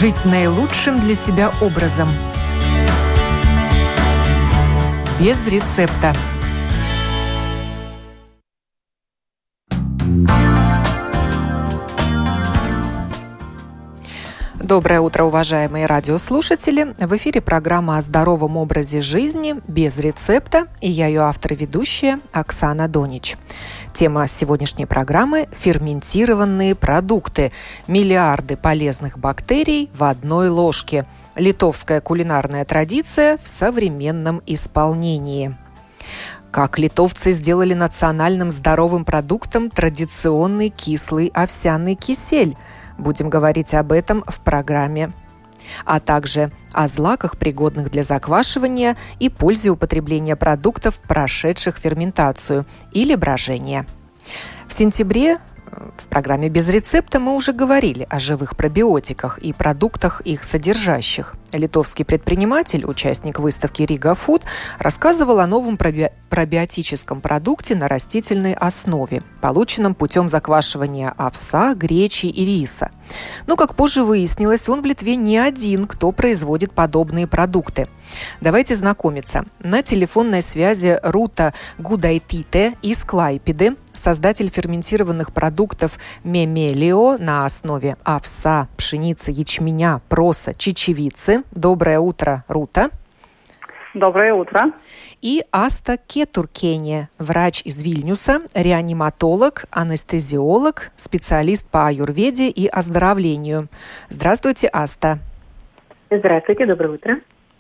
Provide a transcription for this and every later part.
Жить наилучшим для себя образом. Без рецепта. Доброе утро, уважаемые радиослушатели! В эфире программа о здоровом образе жизни без рецепта, и я ее автор и ведущая Оксана Донич. Тема сегодняшней программы – ферментированные продукты. Миллиарды полезных бактерий в одной ложке. Литовская кулинарная традиция в современном исполнении. Как литовцы сделали национальным здоровым продуктом традиционный кислый овсяный кисель. Будем говорить об этом в программе. А также о злаках, пригодных для заквашивания, и пользе употребления продуктов, прошедших ферментацию или брожение. В сентябре в программе «Без рецепта» мы уже говорили о живых пробиотиках и продуктах, их содержащих. Литовский предприниматель, участник выставки Riga Food, рассказывал о новом пробиотическом продукте на растительной основе, полученном путем заквашивания овса, гречи и риса. Но, как позже выяснилось, он в Литве не один, кто производит подобные продукты. Давайте знакомиться. На телефонной связи Рута Гудайтите из Клайпеды, создатель ферментированных продуктов мемелио на основе овса, пшеницы, ячменя, проса, чечевицы. Доброе утро, Рута. Доброе утро. И Аста Кетуркене, врач из Вильнюса, реаниматолог, анестезиолог, специалист по аюрведе и оздоровлению. Здравствуйте, Аста. Здравствуйте, доброе утро.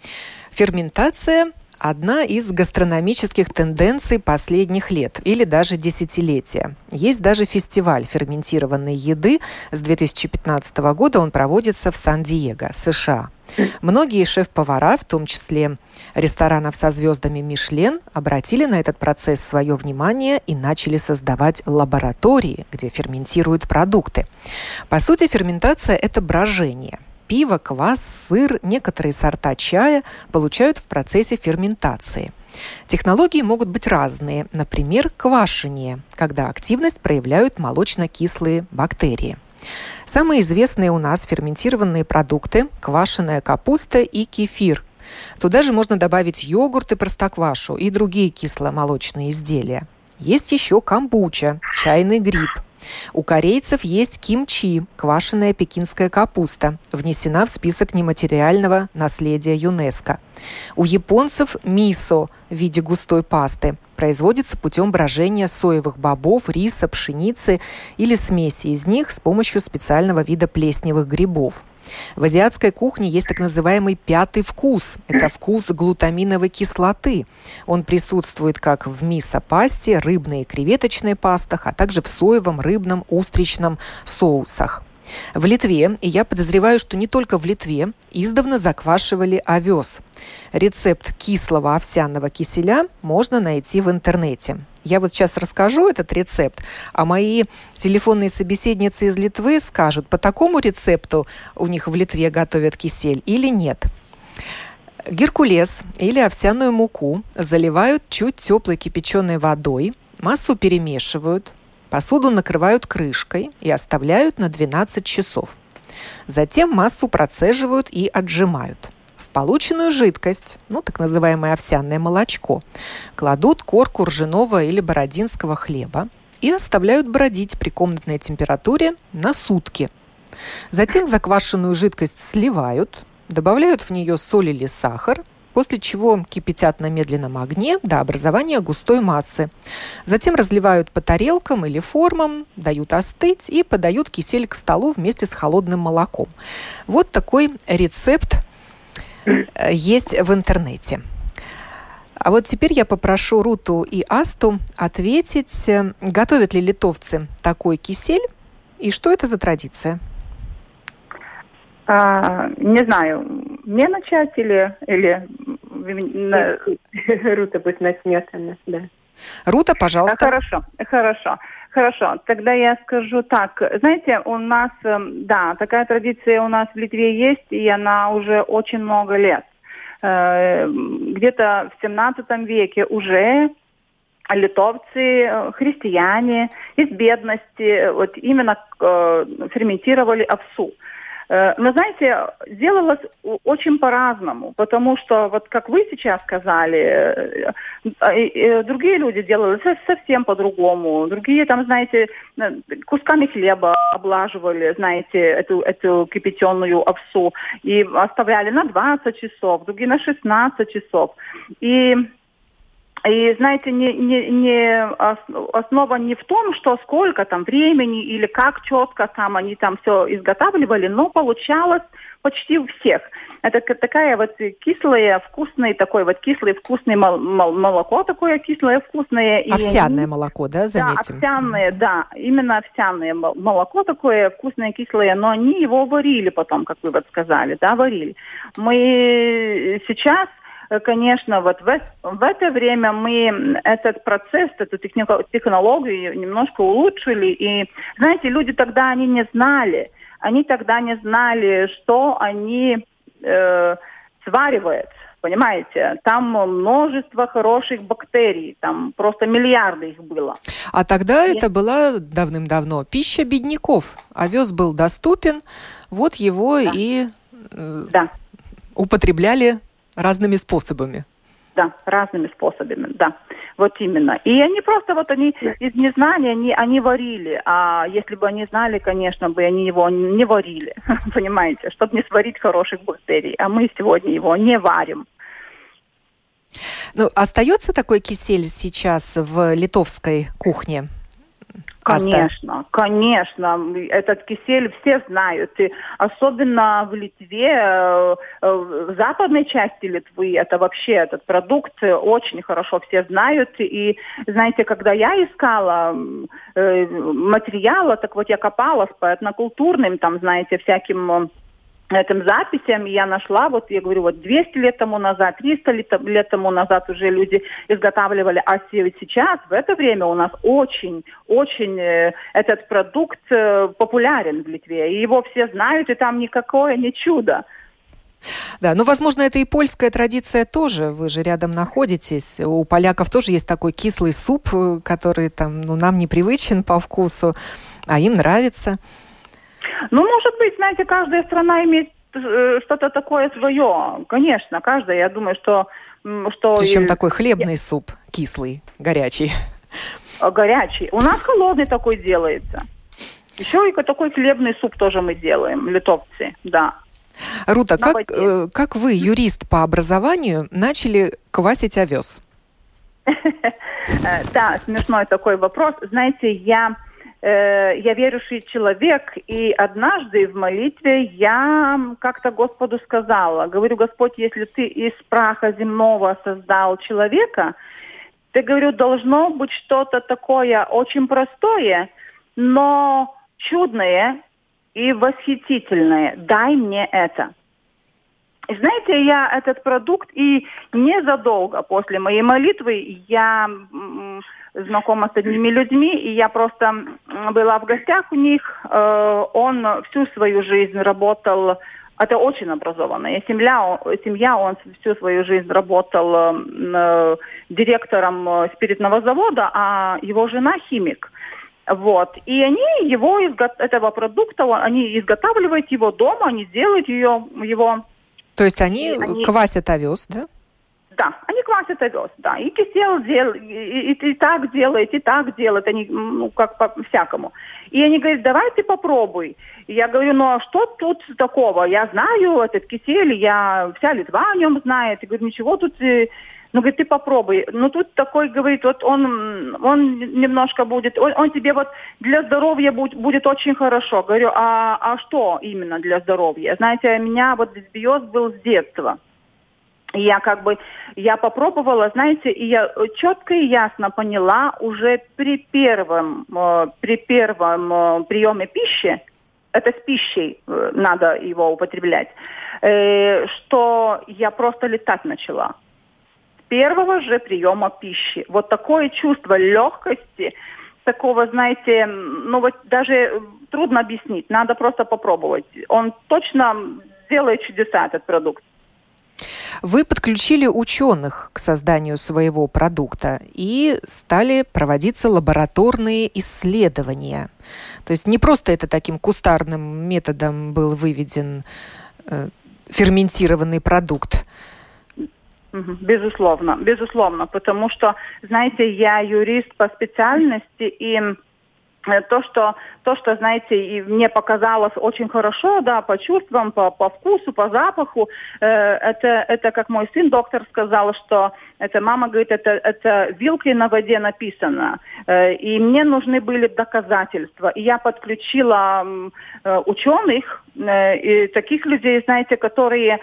Ферментация – одна из гастрономических тенденций последних лет или даже десятилетия. Есть даже фестиваль ферментированной еды. С 2015 года он проводится в Сан-Диего, США. Многие шеф-повара, в том числе ресторанов со звездами Мишлен, обратили на этот процесс свое внимание и начали создавать лаборатории, где ферментируют продукты. По сути, ферментация – это брожение. Пиво, квас, сыр, некоторые сорта чая получают в процессе ферментации. Технологии могут быть разные. Например, квашение, когда активность проявляют молочно-кислые бактерии. Самые известные у нас ферментированные продукты – квашеная капуста и кефир. Туда же можно добавить йогурт и простоквашу и другие кисломолочные изделия. Есть еще камбуча, чайный гриб. У корейцев есть кимчи, квашеная пекинская капуста, внесена в список нематериального наследия ЮНЕСКО. У японцев мисо в виде густой пасты производится путем брожения соевых бобов, риса, пшеницы или смеси из них с помощью специального вида плесневых грибов. В азиатской кухне есть так называемый пятый вкус. Это вкус глутаминовой кислоты. Он присутствует как в мисо-пасте, рыбной и креветочной пастах, а также в соевом, рыбном, устричном соусах. В Литве, и я подозреваю, что не только в Литве, издавна заквашивали овес. Рецепт кислого овсяного киселя можно найти в интернете. Я вот сейчас расскажу этот рецепт, а мои телефонные собеседницы из Литвы скажут, по такому рецепту у них в Литве готовят кисель или нет. Геркулес или овсяную муку заливают чуть теплой кипяченой водой, массу перемешивают, посуду накрывают крышкой и оставляют на 12 часов. Затем массу процеживают и отжимают. В полученную жидкость, так называемое овсяное молочко, кладут корку ржаного или бородинского хлеба и оставляют бродить при комнатной температуре на сутки. Затем заквашенную жидкость сливают, добавляют в нее соль или сахар, после чего кипятят на медленном огне до образования густой массы. Затем разливают по тарелкам или формам, дают остыть и подают кисель к столу вместе с холодным молоком. Вот такой рецепт есть в интернете. А вот теперь я попрошу Руту и Асту ответить, готовят ли литовцы такой кисель и что это за традиция? Не знаю, мне начать или Рута пусть начнет она, да. Рута, пожалуйста. Хорошо. Тогда я скажу так. Знаете, у нас, такая традиция у нас в Литве есть, и она уже очень много лет. Где-то в 17 веке уже литовцы, христиане из бедности именно ферментировали овсу. Но, знаете, делалось очень по-разному, потому что, вот как вы сейчас сказали, другие люди делали совсем по-другому. Другие там, знаете, кусками хлеба облаживали, знаете, эту кипятеную овсу и оставляли на 20 часов, другие на 16 часов. И знаете, основа не в том, что сколько там времени или как четко там они там все изготавливали, но получалось почти у всех. Это такая вот кислое, вкусное, такое вот кислое, вкусное молоко, такое кислое, вкусное. Овсяное молоко, да, заметим? Да, овсяное, да, именно овсяное молоко такое вкусное, кислое, но они его варили потом, как вы вот сказали, да, варили. Мы сейчас... Конечно, вот в это время мы этот процесс, эту технологию немножко улучшили. И, знаете, люди тогда они не знали. Они тогда не знали, что они сваривают. Понимаете? Там множество хороших бактерий. Там просто миллиарды их было. А тогда это была давным-давно пища бедняков. Овес был доступен. Вот его и употребляли разными способами. Да, разными способами, да. Вот именно. И они просто вот они из незнания они варили. А если бы они знали, конечно, бы они его не варили. Понимаете, чтобы не сварить хороших бактерий. А мы сегодня его не варим. Ну, остается такой кисель сейчас в литовской кухне? Конечно, конечно. Этот кисель все знают. И особенно в Литве, в западной части Литвы, это вообще этот продукт очень хорошо все знают. И, знаете, когда я искала материалы, так вот я копалась по этнокультурным, там, знаете, всяким... этим записям, я нашла, вот я говорю, вот 200 лет тому назад, 300 лет тому назад уже люди изготавливали, а сейчас, в это время у нас очень этот продукт популярен в Литве, и его все знают, и там никакое не чудо. Да, ну, возможно, это и польская традиция тоже, вы же рядом находитесь. У поляков тоже есть такой кислый суп, который там, нам непривычен по вкусу, а им нравится. Ну, может быть, знаете, каждая страна имеет что-то такое свое. Конечно, каждая. Я думаю, что... Причем такой хлебный суп, кислый, горячий. Горячий. У нас холодный такой делается. Еще и такой хлебный суп тоже мы делаем, литовцы, да. Рута, как вы, юрист по образованию, начали квасить овес? Да, смешной такой вопрос. Знаете, я верующий человек, и однажды в молитве я как-то Господу сказала, говорю, Господь, если ты из праха земного создал человека, ты, говорю, должно быть что-то такое очень простое, но чудное и восхитительное. Дай мне это. И знаете, я этот продукт, и незадолго после моей молитвы я знакома с одними людьми, и я просто была в гостях у них. Он всю свою жизнь работал, это очень образованная семья, он всю свою жизнь работал директором спиртного завода, а его жена химик. Вот. И они этого продукта, они изготавливают его дома, они делают его... То есть они квасят овес, да? Да, они квасят овес, да. И кисель делают, и так делают, они, как по-всякому. И они говорят, давай ты попробуй. И я говорю, а что тут такого? Я знаю этот кисель, вся Литва о нем знает. И говорю, ничего тут... говорит, ты попробуй. Тут такой, говорит, вот он немножко будет, он тебе вот для здоровья будет очень хорошо. Говорю, а что именно для здоровья? Знаете, у меня вот дисбиоз был с детства. И я попробовала, знаете, и я четко и ясно поняла уже при первом приеме пищи, это с пищей надо его употреблять, что я просто летать начала. Первого же приема пищи. Вот такое чувство легкости, такого, знаете, вот даже трудно объяснить, надо просто попробовать. Он точно делает чудеса, этот продукт. Вы подключили ученых к созданию своего продукта и стали проводиться лабораторные исследования. То есть не просто это таким кустарным методом был выведен ферментированный продукт. Безусловно, потому что, знаете, я юрист по специальности, и то, что, знаете, и мне показалось очень хорошо, да, по чувствам, по вкусу, по запаху, это, как мой сын, доктор, сказал, что это, мама говорит, это вилкой на воде написано. И мне нужны были доказательства. И я подключила ученых, и таких людей, знаете, которые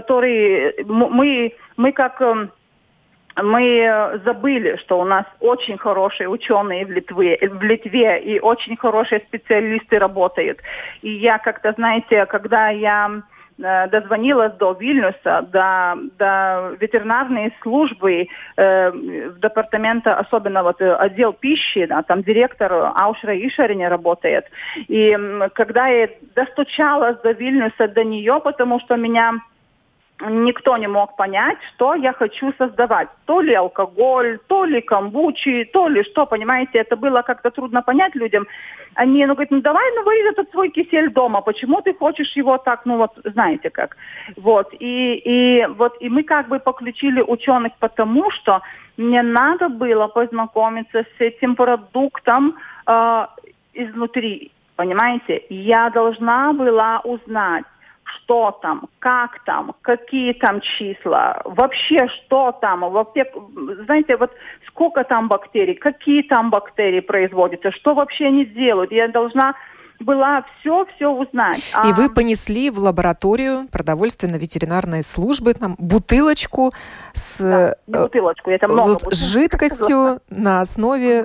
мы забыли, что у нас очень хорошие ученые в Литве и очень хорошие специалисты работают. И я как-то, знаете, когда я дозвонилась до Вильнюса, до ветеринарной службы, департамента, особенно вот отдел пищи, да, там директор Аушра Ишарине работает. И когда я достучалась до Вильнюса, до нее, потому что меня никто не мог понять, что я хочу создавать. То ли алкоголь, то ли камбучи, то ли что, понимаете, это было как-то трудно понять людям. Они, говорят, давай, варишь этот свой кисель дома, почему ты хочешь его так, знаете как. И мы как бы подключили ученых, потому что мне надо было познакомиться с этим продуктом изнутри, понимаете. Я должна была узнать, что там, как там, какие там числа, вообще что там, знаете, сколько там бактерий, какие там бактерии производятся, что вообще они делают. Я должна была все узнать. И вы понесли в лабораторию продовольственно-ветеринарной службы там бутылочку с жидкостью на основе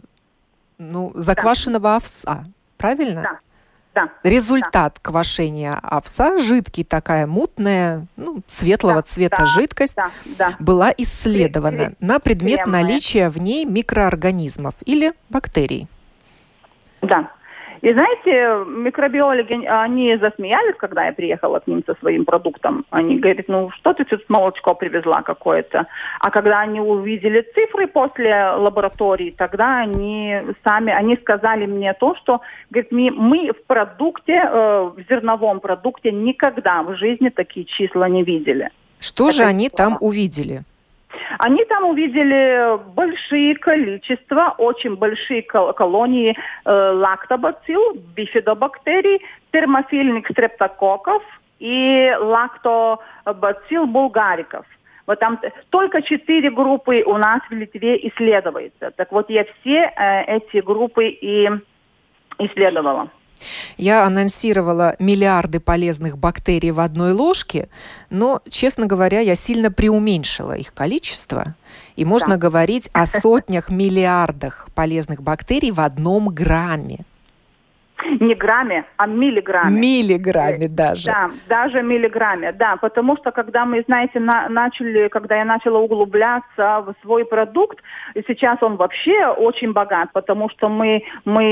заквашенного овса, правильно? Да. Результат квашения овса, жидкий, такая мутная, светлого цвета жидкость, была исследована на предмет наличия в ней микроорганизмов или бактерий. Да. И знаете, микробиологи, они засмеялись, когда я приехала к ним со своим продуктом. Они говорят, что ты тут молочко привезла какое-то. А когда они увидели цифры после лаборатории, тогда они сказали мне то, что, говорят, мы в продукте, в зерновом продукте никогда в жизни такие числа не видели. Что же они там увидели? Они там увидели большие количества, очень большие колонии лактобацилл, бифидобактерий, термофильных стрептококков и лактобацилл булгариков. Вот там только 4 группы у нас в Литве исследуются. Так вот, я все эти группы и исследовала. Я анонсировала миллиарды полезных бактерий в одной ложке, но, честно говоря, я сильно преуменьшила их количество. И можно говорить о сотнях миллиардах полезных бактерий в 1 грамме. Не грамме, а миллиграмме. Миллиграмме даже. Да, даже миллиграмме, да, потому что когда мы, знаете, когда я начала углубляться в свой продукт, сейчас он вообще очень богат, потому что мы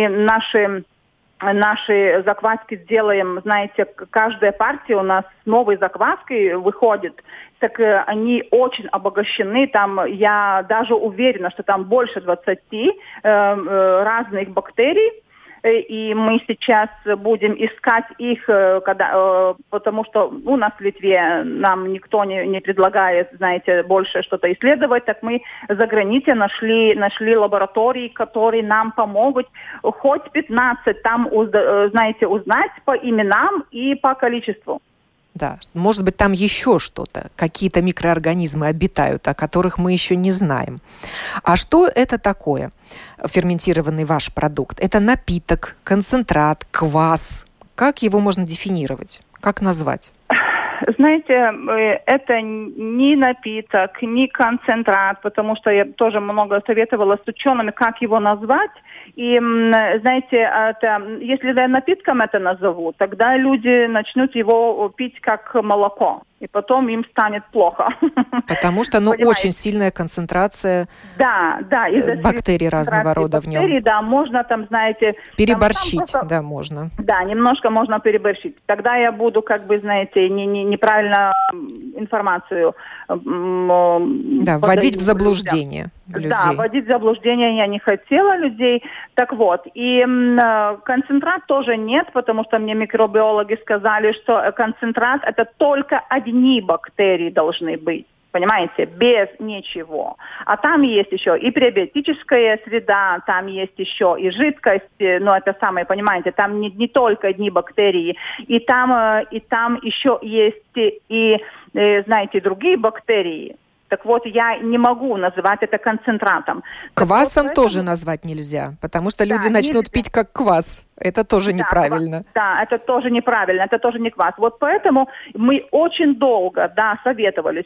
наши закваски делаем, знаете, каждая партия у нас с новой закваской выходит, так они очень обогащены, там я даже уверена, что там больше 20 разных бактерий, и мы сейчас будем искать их, потому что у нас в Литве нам никто не предлагает, знаете, больше что-то исследовать, так мы за границей нашли лаборатории, которые нам помогут хоть 15 там, знаете, узнать по именам и по количеству. Да, может быть, там еще что-то, какие-то микроорганизмы обитают, о которых мы еще не знаем. А что это такое, ферментированный ваш продукт? Это напиток, концентрат, квас. Как его можно дефинировать? Как назвать? Знаете, это не напиток, не концентрат, потому что я тоже много советовала с учеными, как его назвать. И, знаете, если я напитком это назову, тогда люди начнут его пить как молоко. и потом им станет плохо. Потому что, очень сильная концентрация бактерий разного рода в нем. Да, можно там, знаете... Переборщить, можно. Да, немножко можно переборщить. Тогда я буду, неправильно информацию вводить в заблуждение людей. Да, вводить в заблуждение я не хотела людей. Так вот, и концентрат тоже нет, потому что мне микробиологи сказали, что концентрат это только одни бактерии должны быть. Понимаете, без ничего. А там есть еще и пребиотическая среда, там есть еще и жидкость, это самое, понимаете, там не только одни бактерии, и там еще есть и знаете, другие бактерии. Так вот, я не могу называть это концентратом. Квасом тоже назвать нельзя, потому что люди начнут пить как квас. Это тоже неправильно. Да, это тоже неправильно, это тоже не квас. Вот поэтому мы очень долго, советовались,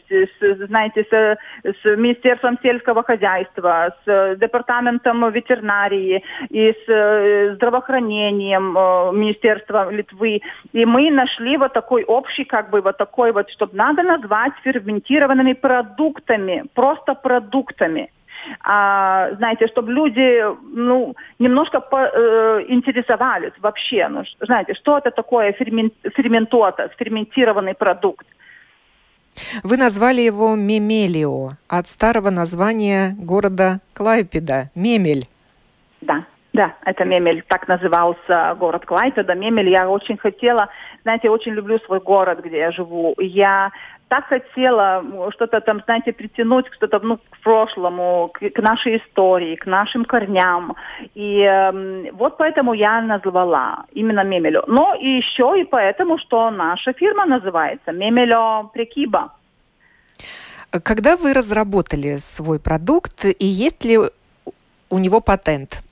с Министерством сельского хозяйства, с Департаментом ветеринарии и с здравоохранением Министерства Литвы. И мы нашли такой общий, чтобы надо назвать ферментированными продуктами, просто продуктами. Знаете, чтобы люди, немножко интересовались вообще, знаете, что это такое ферментированный продукт. Вы назвали его мемелио от старого названия города Клайпеда, Мемель. Да, это Мемель, так назывался город Клайпеда. Мемель я очень хотела, знаете, очень люблю свой город, где я живу. Я так хотела что-то там, знаете, притянуть что-то к прошлому, к нашей истории, к нашим корням. И вот поэтому я назвала именно Мемелю. Но и еще и поэтому, что наша фирма называется Мемелио Прекиба. Когда вы разработали свой продукт, и есть ли у него патент?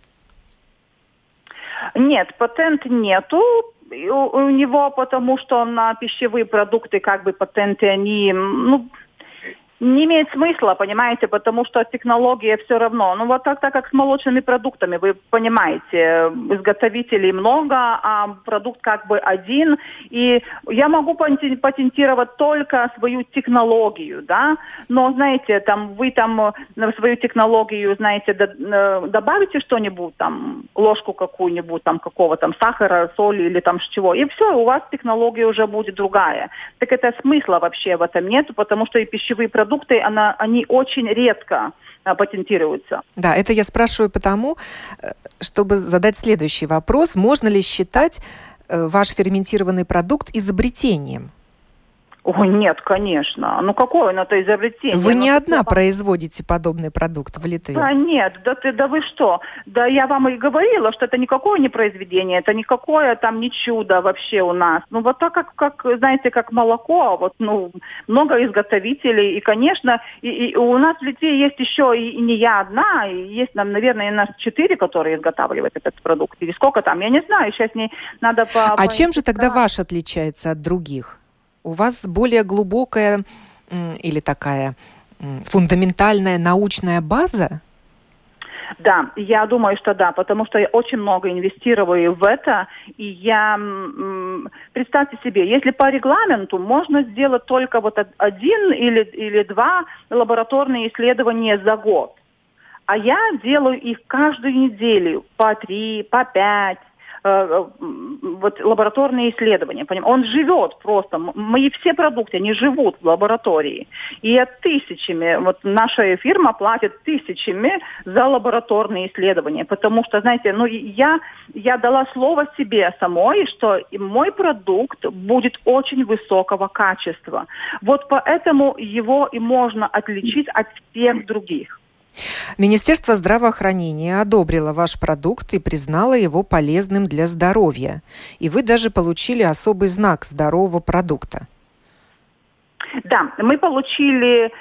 Нет, патент нету у него, потому что на пищевые продукты патенты, они, не имеет смысла, понимаете, потому что технология все равно. Так как с молочными продуктами, вы понимаете, изготовителей много, а продукт один. И я могу патентировать только свою технологию, да, но, знаете, вы в свою технологию, знаете, добавите что-нибудь, ложку какую-нибудь, какого сахара, соли или с чего, и все, у вас технология уже будет другая. Так это смысла вообще в этом нет, потому что и пищевые продукты, они очень редко патентируются. Да, это я спрашиваю потому, чтобы задать следующий вопрос. Можно ли считать ваш ферментированный продукт изобретением? Ой, нет, конечно. Какое это изобретение? Вы не одна производите подобный продукт в Литве. Да нет, да вы что? Да я вам и говорила, что это никакое не произведение, это никакое не чудо вообще у нас. Так как знаете, как молоко, много изготовителей, и, конечно, и у нас в Литве есть еще и не я одна, и есть, наверное, нас 4, которые изготавливают этот продукт. Или сколько там, я не знаю, сейчас не надо А чем же тогда ваш отличается от других? У вас более глубокая или такая фундаментальная научная база? Да, я думаю, что да, потому что я очень много инвестирую в это, и представьте себе, если по регламенту можно сделать только 1 или 2 лабораторные исследования за год, а я делаю их каждую неделю по 3, по 5, лабораторные исследования. Он живет просто. Мои все продукты, они живут в лаборатории. И тысячами, наша фирма платит тысячами за лабораторные исследования. Потому что, знаете, я дала слово себе самой, что мой продукт будет очень высокого качества. Поэтому его и можно отличить от всех других. Министерство здравоохранения одобрило ваш продукт и признало его полезным для здоровья. И вы даже получили особый знак здорового продукта. Да, мы получили,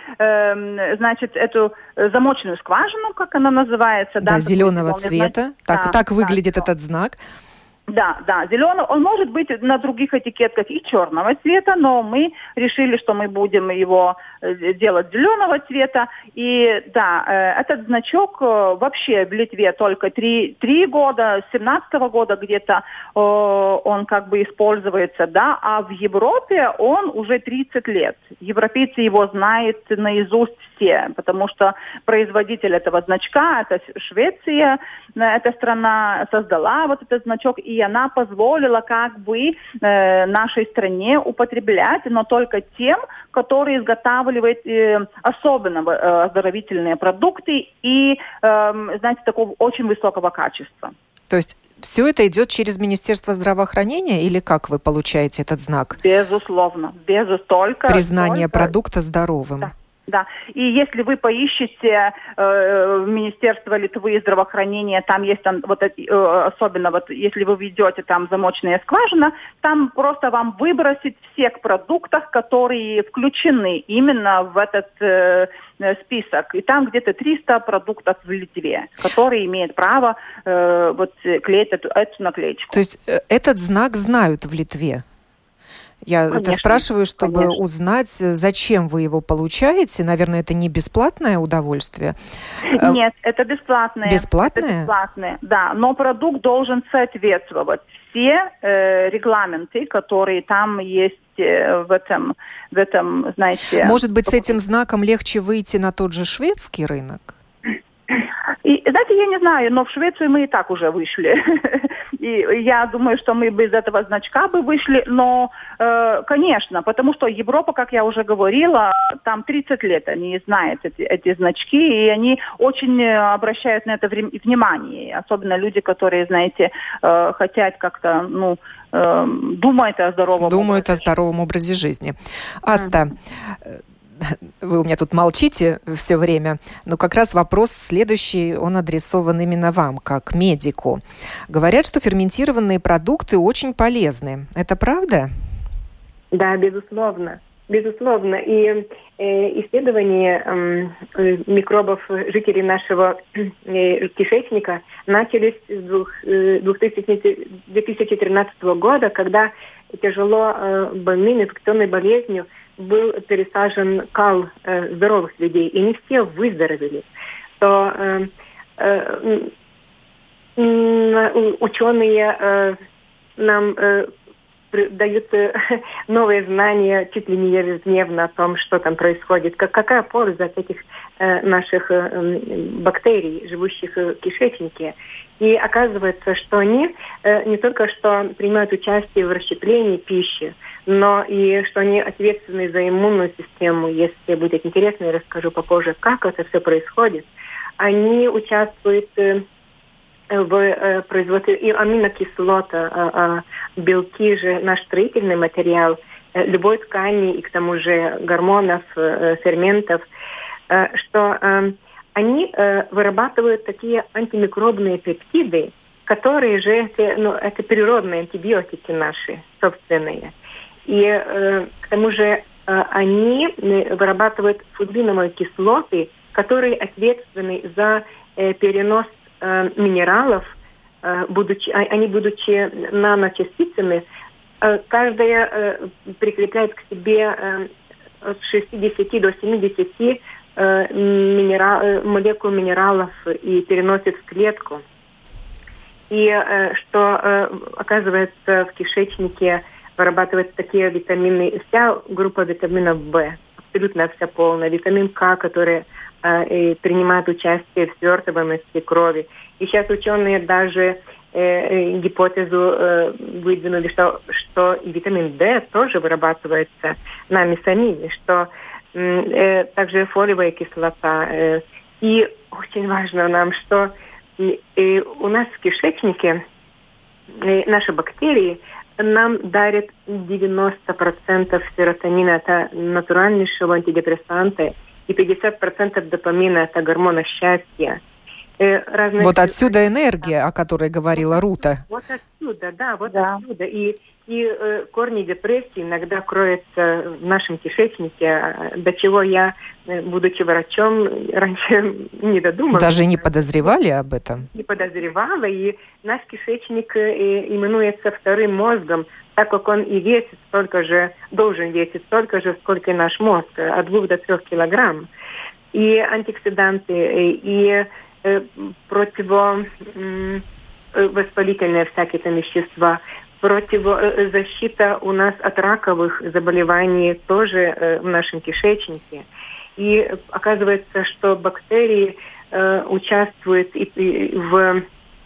эту замочную скважину, как она называется. Да, зеленого цвета. Так выглядит этот знак. Да, зеленый, он может быть на других этикетках и черного цвета, но мы решили, что мы будем его делать зеленого цвета. И да, этот значок вообще в Литве только 3 года, с 17 года где-то он как бы используется, да, а в Европе он уже 30 лет. Европейцы его знают наизусть все, потому что производитель этого значка, это Швеция, эта страна создала вот этот значок, и она позволила как бы нашей стране употреблять, но только тем, которые изготавливают особенно оздоровительные продукты и, знаете, такого очень высокого качества. То есть все это идет через Министерство здравоохранения или как вы получаете этот знак? Безусловно, признание продукта здоровым. Да. И если вы поищете Министерство Литвы здравоохранения, там есть особенно если вы введете там замочная скважина, там просто вам выбросит всех продуктов, которые включены именно в этот список. И там где-то 300 продуктов в Литве, которые имеют право клеить эту наклеечку. То есть этот знак знают в Литве? Я это спрашиваю, чтобы узнать, зачем вы его получаете. Наверное, это не бесплатное удовольствие. Нет, это бесплатное. Бесплатное? Это бесплатное, да. Но продукт должен соответствовать все регламенты, которые там есть в этом, знаете... Может быть, с этим знаком легче выйти на тот же шведский рынок? И, знаете, я не знаю, но в Швецию мы и так уже вышли. И я думаю, что мы без этого значка бы вышли. Но, конечно, потому что Европа, как я уже говорила, там 30 лет они знают эти значки, и они очень обращают на это внимание. Особенно люди, которые, знаете, хотят как-то, думают о здоровом образе жизни. Аста, вы у меня тут молчите все время, но как раз вопрос следующий, он адресован именно вам, как медику. Говорят, что ферментированные продукты очень полезны. Это правда? Да, безусловно. Безусловно. И исследования микробов жителей нашего кишечника начались с 2013 года, когда тяжело больным инфекционной болезнью был пересажен кал здоровых людей, и не все выздоровели. То ученые нам дают новые знания чуть ли не ежедневно о том, что там происходит, какая польза от этих наших бактерий, живущих в кишечнике. И оказывается, что они не только что принимают участие в расщеплении пищи, но и что они ответственны за иммунную систему. Если будет интересно, я расскажу попозже, как это все происходит. Они участвуют в производстве и аминокислот, белки же наш строительный материал любой ткани и к тому же гормонов, ферментов, что они вырабатывают такие антимикробные пептиды, которые же это природные антибиотики наши собственные. И к тому же они вырабатывают футлиновые кислоты, которые ответственны за перенос минералов, будучи наночастицами, каждая прикрепляет к себе от 60 до 70 молекул минералов и переносит в клетку. И что, оказывается, в кишечнике вырабатываются такие витамины, вся группа витаминов В, абсолютно вся полная, витамин К, который принимает участие в свертываемости крови. И сейчас ученые даже гипотезу выдвинули, что и витамин D тоже вырабатывается нами самими, что также фолиевая кислота. И очень важно нам, что у нас в кишечнике наши бактерии нам дарят 90% серотонина, это натуральнейшего антидепрессанта, и 50% допамина, это гормона счастья. разных... Вот отсюда энергия, о которой говорила Рута. Вот отсюда, да, отсюда. И корни депрессии иногда кроются в нашем кишечнике, до чего я, будучи врачом, раньше не додумалась. Даже не подозревали об этом? Не подозревала, и наш кишечник именуется вторым мозгом, так как он и весит столько же, должен весить столько же, сколько и наш мозг, от 2 до 3 килограмм. И антиоксиданты, и противовоспалительные всякие там вещества, защита у нас от раковых заболеваний тоже в нашем кишечнике. И оказывается, что бактерии участвуют в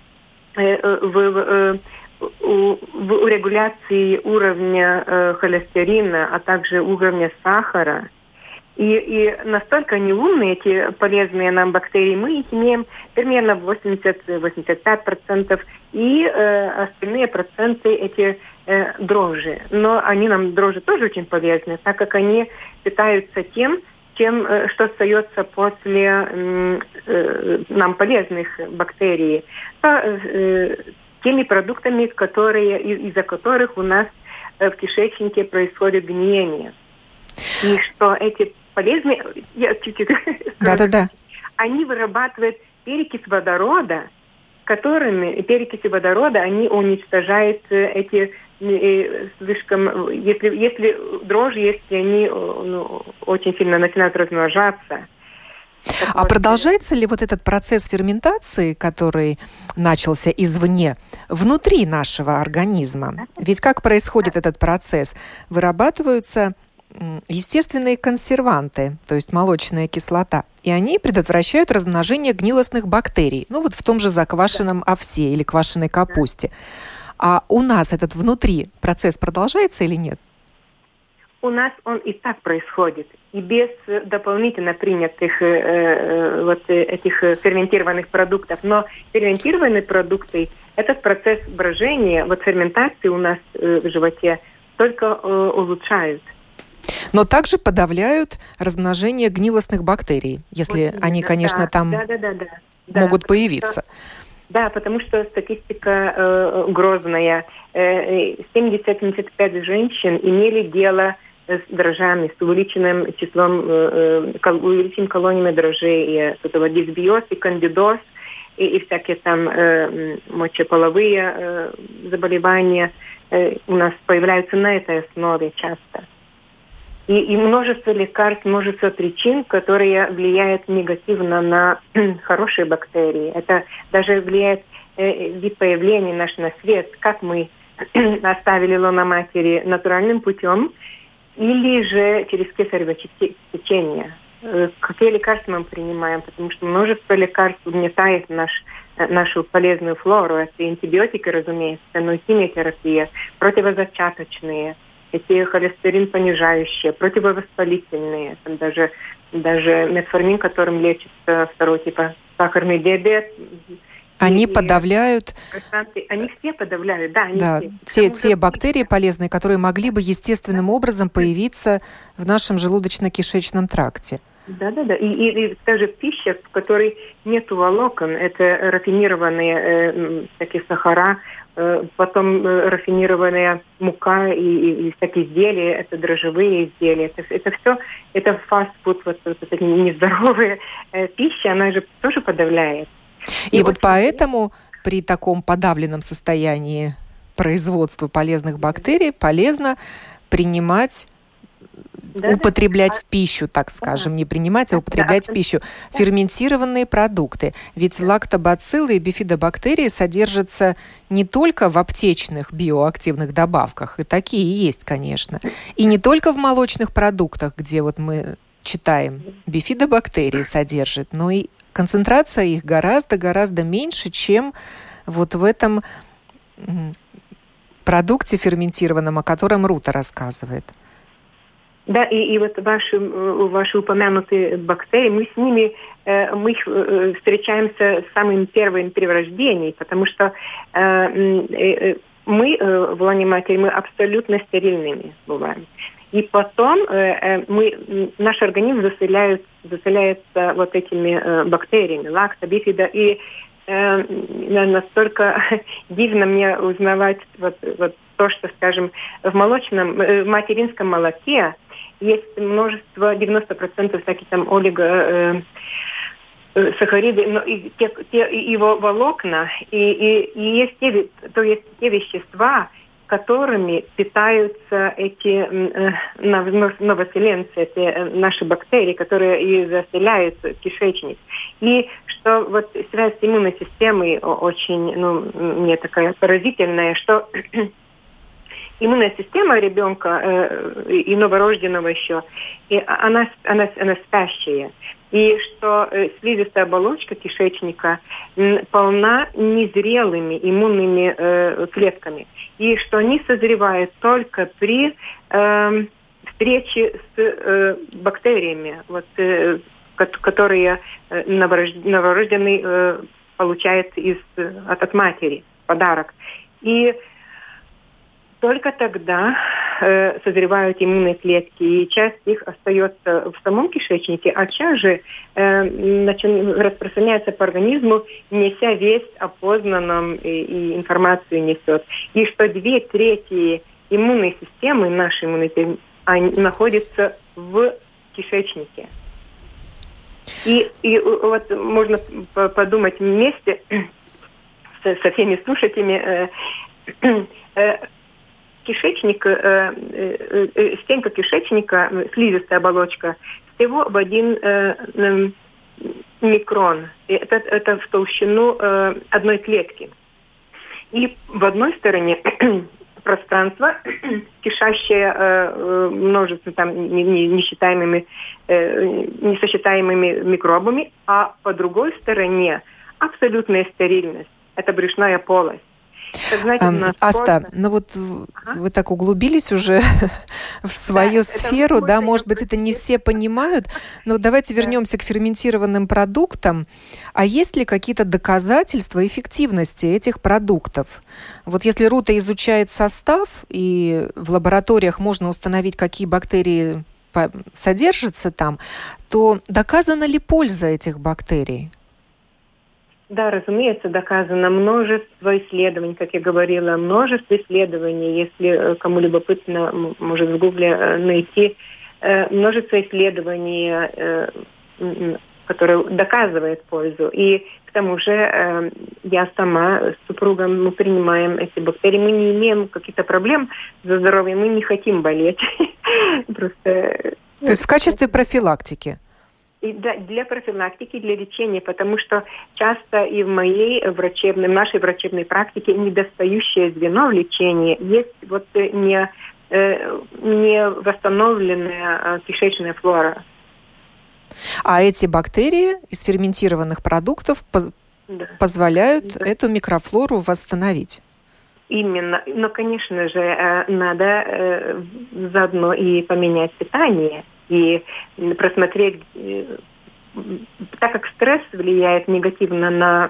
регуляции уровня холестерина, а также уровня сахара. И настолько они умные, эти полезные нам бактерии, мы их имеем примерно 80-85%, и остальные проценты эти дрожжи. Но они нам, дрожжи, тоже очень полезны, так как они питаются тем, что остается после нам полезных бактерий, теми продуктами, из-за которых у нас в кишечнике происходит гниение. И что эти полезные, да. Они вырабатывают перекись водорода, перекиси водорода, они уничтожают эти слишком, если дрожжи, если они очень сильно начинают размножаться. А продолжается ли вот этот процесс ферментации, который начался извне, внутри нашего организма? Ведь как происходит этот процесс? Вырабатываются естественные консерванты, то есть молочная кислота, и они предотвращают размножение гнилостных бактерий, в том же заквашенном овсе или квашеной капусте. А у нас этот внутри процесс продолжается или нет? У нас он и так происходит. И без дополнительно принятых этих ферментированных продуктов. Но ферментированные продукты, этот процесс брожения, ферментации у нас в животе только улучшают. Но также подавляют размножение гнилостных бактерий, если они, конечно, там могут появиться. Да, потому что статистика грозная. 70-75 женщин имели дело с дрожжами, с увеличенным колониями дрожжей, дисбиоз и кандидоз, и всякие там мочеполовые заболевания у нас появляются на этой основе часто. И множество лекарств, множество причин, которые влияют негативно на хорошие бактерии. Это даже влияет вид появления наш на свет, как мы оставили лоно матери натуральным путем или же через кесарево сечение. Какие лекарства мы принимаем? Потому что множество лекарств угнетает нашу полезную флору. Это антибиотики, разумеется, но и химиотерапия, противозачаточные, эти холестерин понижающие, противовоспалительные, там даже метформин, которым лечится 2 типа сахарный диабет. Они подавляют... Они все подавляют, да. Те бактерии полезные, которые могли бы естественным образом появиться в нашем желудочно-кишечном тракте. Да. И даже пища, в которой нет волокон, это рафинированные такие сахара, потом рафинированная мука и всякие изделия, это дрожжевые изделия. Это все, это фастфуд, эта нездоровая пища, она же тоже подавляет. И поэтому при таком подавленном состоянии производства полезных бактерий полезно принимать, употреблять в пищу, так скажем, не принимать, а употреблять в пищу ферментированные продукты. Ведь лактобациллы и бифидобактерии содержатся не только в аптечных биоактивных добавках, и такие есть, конечно, и не только в молочных продуктах, где мы читаем, бифидобактерии содержат, но и концентрация их гораздо меньше, чем в этом продукте ферментированном, о котором Рута рассказывает. Да, и ваши упомянутые бактерии, мы с ними мы встречаемся с самым первым при рождении, потому что мы в лоне матери, мы абсолютно стерильными бываем. И потом наш организм заселяется вот этими бактериями, лакто, бифидо. И настолько дивно мне узнавать вот то, что, скажем, в материнском молоке есть множество, 90% всяких там сахариды, но и его волокна, и есть те вещества, которыми питаются эти новоселенцы, эти наши бактерии, которые и заселяют кишечник. И что вот связь с иммунной системой очень, мне такая поразительная, что иммунная система ребенка и новорожденного еще, и она спящая. И что слизистая оболочка кишечника полна незрелыми иммунными клетками. И что они созревают только при встрече с бактериями, которые новорожденный получает от матери подарок. И только тогда созревают иммунные клетки, и часть их остается в самом кишечнике, а часть же распространяется по организму, неся весть о познанном и информацию несет. И что 2/3 иммунной системы, нашей иммунной системы, находятся в кишечнике. И вот можно подумать вместе со всеми слушателями, кишечник, стенка кишечника, слизистая оболочка, всего в 1 микрон. Это в толщину одной клетки. И в одной стороне пространство, кишащее множеством несочетаемыми микробами, а по другой стороне абсолютная стерильность. Это брюшная полость. Аста, вы так углубились уже в свою сферу, да, может быть, это не все понимают, но давайте вернемся к ферментированным продуктам. А есть ли какие-то доказательства эффективности этих продуктов? Вот если Рута изучает состав, и в лабораториях можно установить, какие бактерии содержатся там, то доказана ли польза этих бактерий? Да, разумеется, доказано множество исследований, как я говорила, множество исследований. Если кому любопытно, может в Гугле найти множество исследований, которые доказывают пользу. И к тому же я сама с супругом, мы принимаем эти бактерии, мы не имеем каких-то проблем за здоровье, мы не хотим болеть. То есть в качестве профилактики? И для профилактики, для лечения, потому что часто и в нашей врачебной практике недостающее звено в лечении есть не восстановленная кишечная флора. А эти бактерии из ферментированных продуктов позволяют эту микрофлору восстановить? Именно. Но, конечно же, надо заодно и поменять питание. И просмотреть, так как стресс влияет негативно на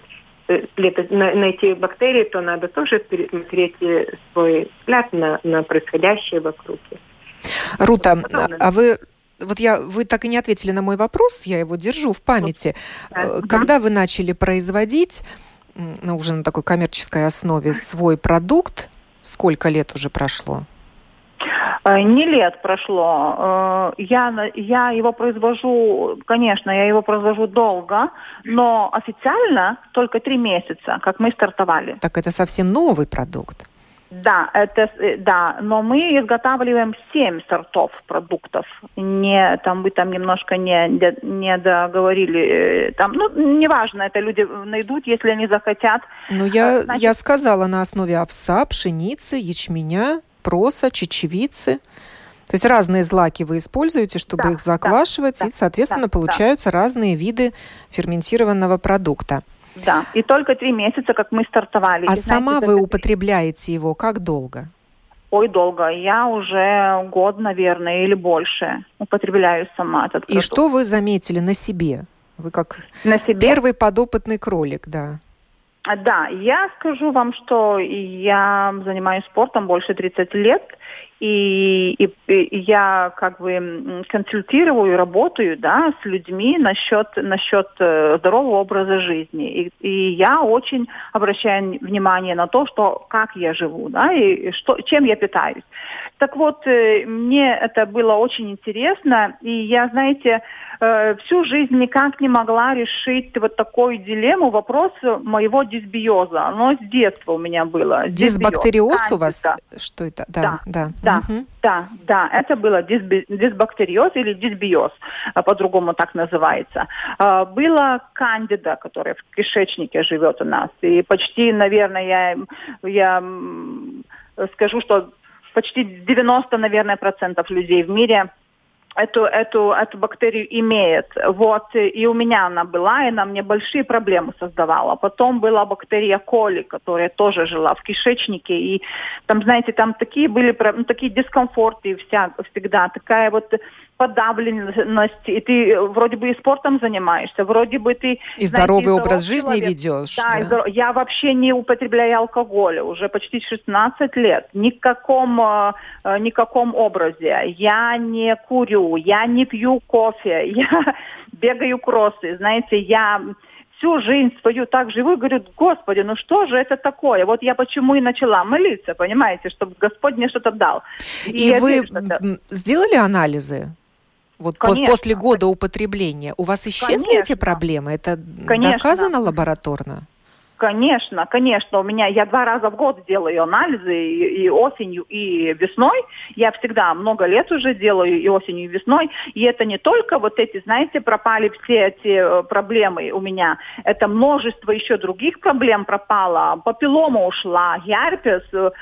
эти бактерии, то надо тоже пересмотреть свой взгляд на происходящее вокруг. Рута, а вы так и не ответили на мой вопрос, я его держу в памяти. Когда вы начали производить, уже на такой коммерческой основе, свой продукт, сколько лет уже прошло? Не лет прошло. Я его произвожу, конечно, я его произвожу долго, но официально только 3 месяца, как мы стартовали. Так это совсем новый продукт. Да, но мы изготавливаем 7 сортов продуктов. Вы там немножко не договорили. Неважно, это люди найдут, если они захотят. Я сказала на основе овса, пшеницы, ячменя, проса, чечевицы. То есть разные злаки вы используете, чтобы их заквашивать, и, соответственно, получаются разные виды ферментированного продукта. Да, и только 3 месяца, как мы стартовали. А сама вы употребляете его как долго? Ой, долго. Я уже год, наверное, или больше употребляю сама этот продукт. И что вы заметили на себе? Вы как первый подопытный кролик, да. Да, я скажу вам, что я занимаюсь спортом больше 30 лет, И я как бы консультирую, работаю, да, с людьми насчет здорового образа жизни. И я очень обращаю внимание на то, что как я живу, да, и чем я питаюсь. Так вот, мне это было очень интересно, и я, знаете, всю жизнь никак не могла решить вот такую дилемму, вопрос моего дисбиоза. Оно с детства у меня было. Дисбактериоз у вас? Что это? Да. Да, это было дисбактериоз или дисбиоз, по-другому так называется. Была кандида, которая в кишечнике живет у нас. И почти, наверное, я скажу, что почти 90, наверное, процентов людей в мире эту бактерию имеет. Вот, и у меня она была, и она мне большие проблемы создавала. Потом была бактерия коли, которая тоже жила в кишечнике, и там, знаете, там такие были, такие дискомфорты всегда, такая вот подавленность, и ты вроде бы и спортом занимаешься, вроде бы ты... И здоровый образ жизни ведешь. Да, я вообще не употребляю алкоголя уже почти 16 лет. Никаком образе. Я не курю, я не пью кофе, я бегаю кроссы. Знаете, я всю жизнь свою так живу и говорю: Господи, ну что же это такое? Вот я почему и начала молиться, понимаете, чтобы Господь мне что-то дал. И вы сделали анализы? Вот после года употребления у вас исчезли эти проблемы? Это доказано лабораторно? Конечно. У меня, я 2 раза в год делаю анализы, и осенью, и весной. Я всегда много лет уже делаю и осенью, и весной. И это не только вот эти, знаете, пропали все эти проблемы у меня. Это множество еще других проблем пропало. Папиллома ушла, герпес,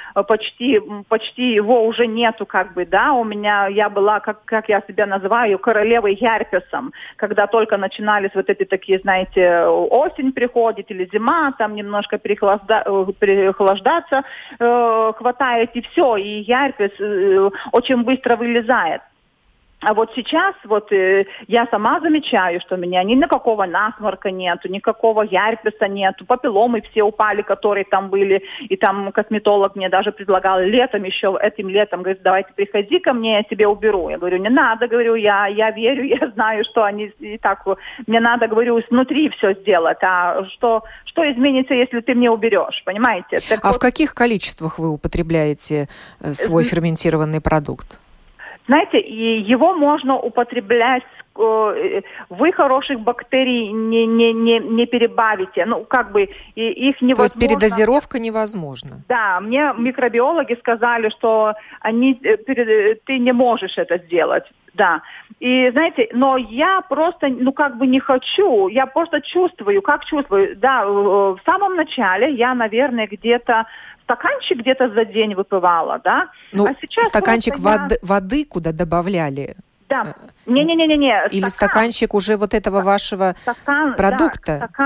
почти его уже нету, как бы, да. У меня, я была, как я себя называю, королевой герпесом. Когда только начинались вот эти такие, знаете, осень приходит или зима, там немножко переохлаждаться хватает, и все, и герпес очень быстро вылезает. А вот сейчас я сама замечаю, что у меня никакого насморка нету, никакого герпеса нету, папилломы все упали, которые там были, и там косметолог мне даже предлагал этим летом, говорит: давайте приходи ко мне, я тебе уберу. Я говорю: не надо, говорю, я верю, я знаю, что они и так, мне надо, говорю, снутри все сделать, а что изменится, если ты мне уберешь, понимаете? В каких количествах вы употребляете свой ферментированный продукт? Знаете, его можно употреблять, вы хороших бактерий не перебавите. Ну, как бы их невозможно. То есть передозировка невозможна? Да, мне микробиологи сказали, что ты не можешь это сделать. Да. И, знаете, но я просто, не хочу. Я просто чувствую. Да, в самом начале я, наверное, стаканчик где-то за день выпивала, да? Ну, а сейчас стаканчик воды куда добавляли? Да. Не. Или стаканчик уже вот этого вашего продукта? Да,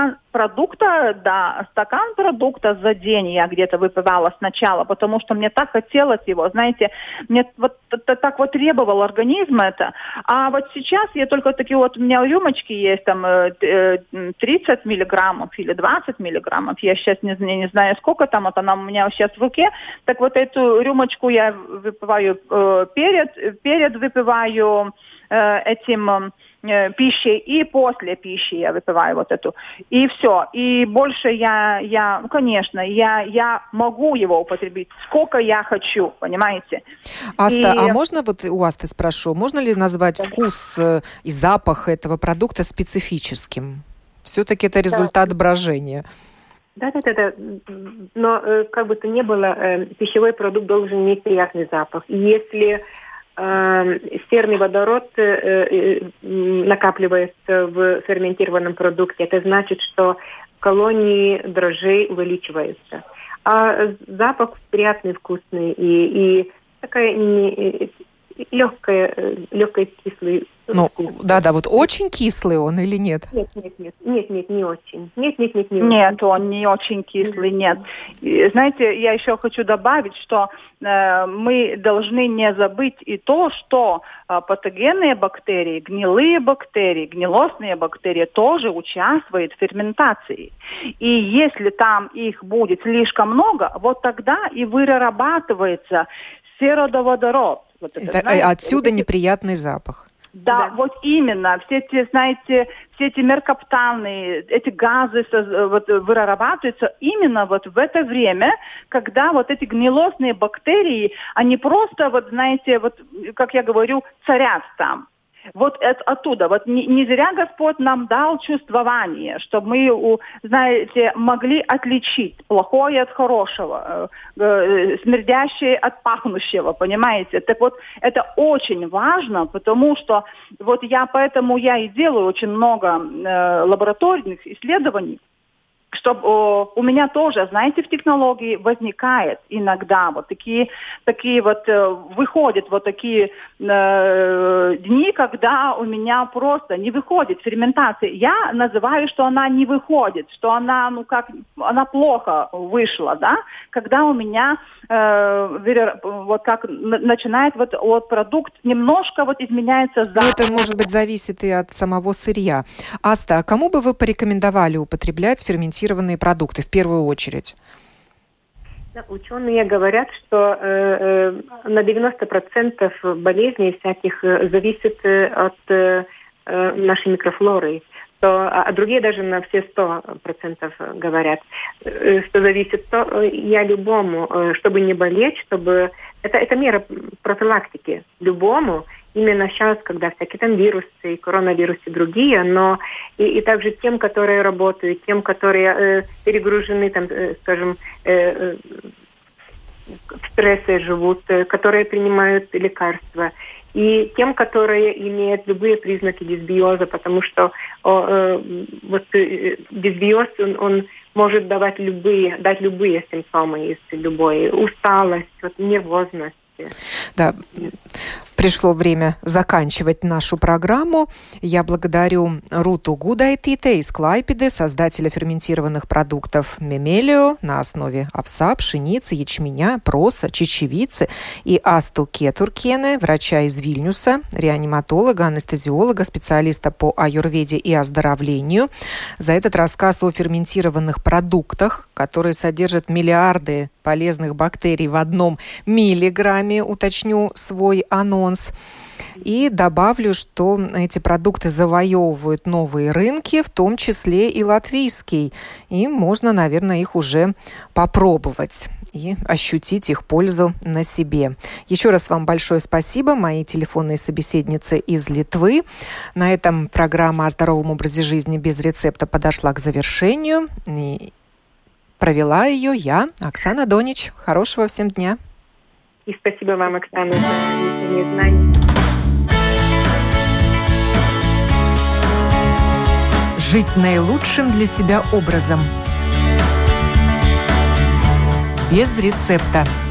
стакан продукта за день я где-то выпивала сначала, потому что мне так хотелось его, знаете, мне так требовал организм это. А вот сейчас я только такие у меня рюмочки есть, там 30 миллиграммов или 20 миллиграммов, я сейчас не знаю сколько там, она у меня сейчас в руке. Так вот эту рюмочку я выпиваю перед выпиваю этим пищей, и после пищи я выпиваю вот эту. И все. И больше я могу его употребить сколько я хочу, понимаете? Аста, а можно у Асты спрошу, можно ли назвать вкус и запах этого продукта специфическим? Все-таки это результат брожения. Да. Но как бы то ни было, пищевой продукт должен иметь приятный запах. Если серный водород накапливается в ферментированном продукте, это значит, что колонии дрожжей увеличиваются. А запах приятный, вкусный и такая легкая кислый. Да, вот очень кислый он или нет? Нет, не очень. Нет, не очень. Нет, он не очень кислый, нет. И, знаете, я еще хочу добавить, что мы должны не забыть и то, что патогенные бактерии, гнилые бактерии, гнилостные бактерии тоже участвуют в ферментации. И если там их будет слишком много, вот тогда и вырабатывается сероводород. Вот это, знаете, отсюда неприятный запах. Да, вот именно. Все эти, знаете, все эти меркаптаны, эти газы вот, вырабатываются именно вот в это время, когда вот эти гнилостные бактерии, они просто, вот знаете, вот, как я говорю, царят там. Вот это оттуда. Вот не зря Господь нам дал чувствование, чтобы мы, знаете, могли отличить плохое от хорошего, смердящее от пахнущего, понимаете? Так вот, это очень важно, потому что вот поэтому я и делаю очень много лабораторных исследований, чтобы у меня тоже, знаете, в технологии возникает иногда вот такие вот выходят вот такие дни, когда у меня просто не выходит ферментация. Я называю, что она не выходит, что она, она плохо вышла, да, когда у меня вот как начинает вот продукт немножко вот изменяется запах. Но это, может быть, зависит и от самого сырья. Аста, а кому бы вы порекомендовали употреблять ферментированные продукты в первую очередь? Ученые говорят, что на 90% болезней всяких зависит от нашей микрофлоры. А другие даже на все 100% говорят, что зависит. То я любому, чтобы не болеть, чтобы... Это мера профилактики любому. Именно сейчас, когда всякие там вирусы, коронавирусы и другие, но и также тем, которые работают, тем, которые перегружены, там, скажем, в стрессе живут, которые принимают лекарства, и тем, которые имеют любые признаки дисбиоза, потому что вот дисбиоз, он может дать любые симптомы, если любой усталость, вот, нервозность. Да, пришло время заканчивать нашу программу. Я благодарю Руту Гудайтите из Клайпеды, создателя ферментированных продуктов Мемелио на основе овса, пшеницы, ячменя, проса, чечевицы, и Асту Кетуркене, врача из Вильнюса, реаниматолога, анестезиолога, специалиста по аюрведе и оздоровлению, за этот рассказ о ферментированных продуктах, которые содержат миллиарды полезных бактерий в 1 миллиграмме, уточню свой анонс. И добавлю, что эти продукты завоевывают новые рынки, в том числе и латвийский. И можно, наверное, их уже попробовать и ощутить их пользу на себе. Еще раз вам большое спасибо, мои телефонные собеседницы из Литвы. На этом программа о здоровом образе жизни без рецепта подошла к завершению. И провела ее я, Оксана Донич. Хорошего всем дня. И спасибо вам, Оксана, за внесение знаний. Жить наилучшим для себя образом. Без рецепта.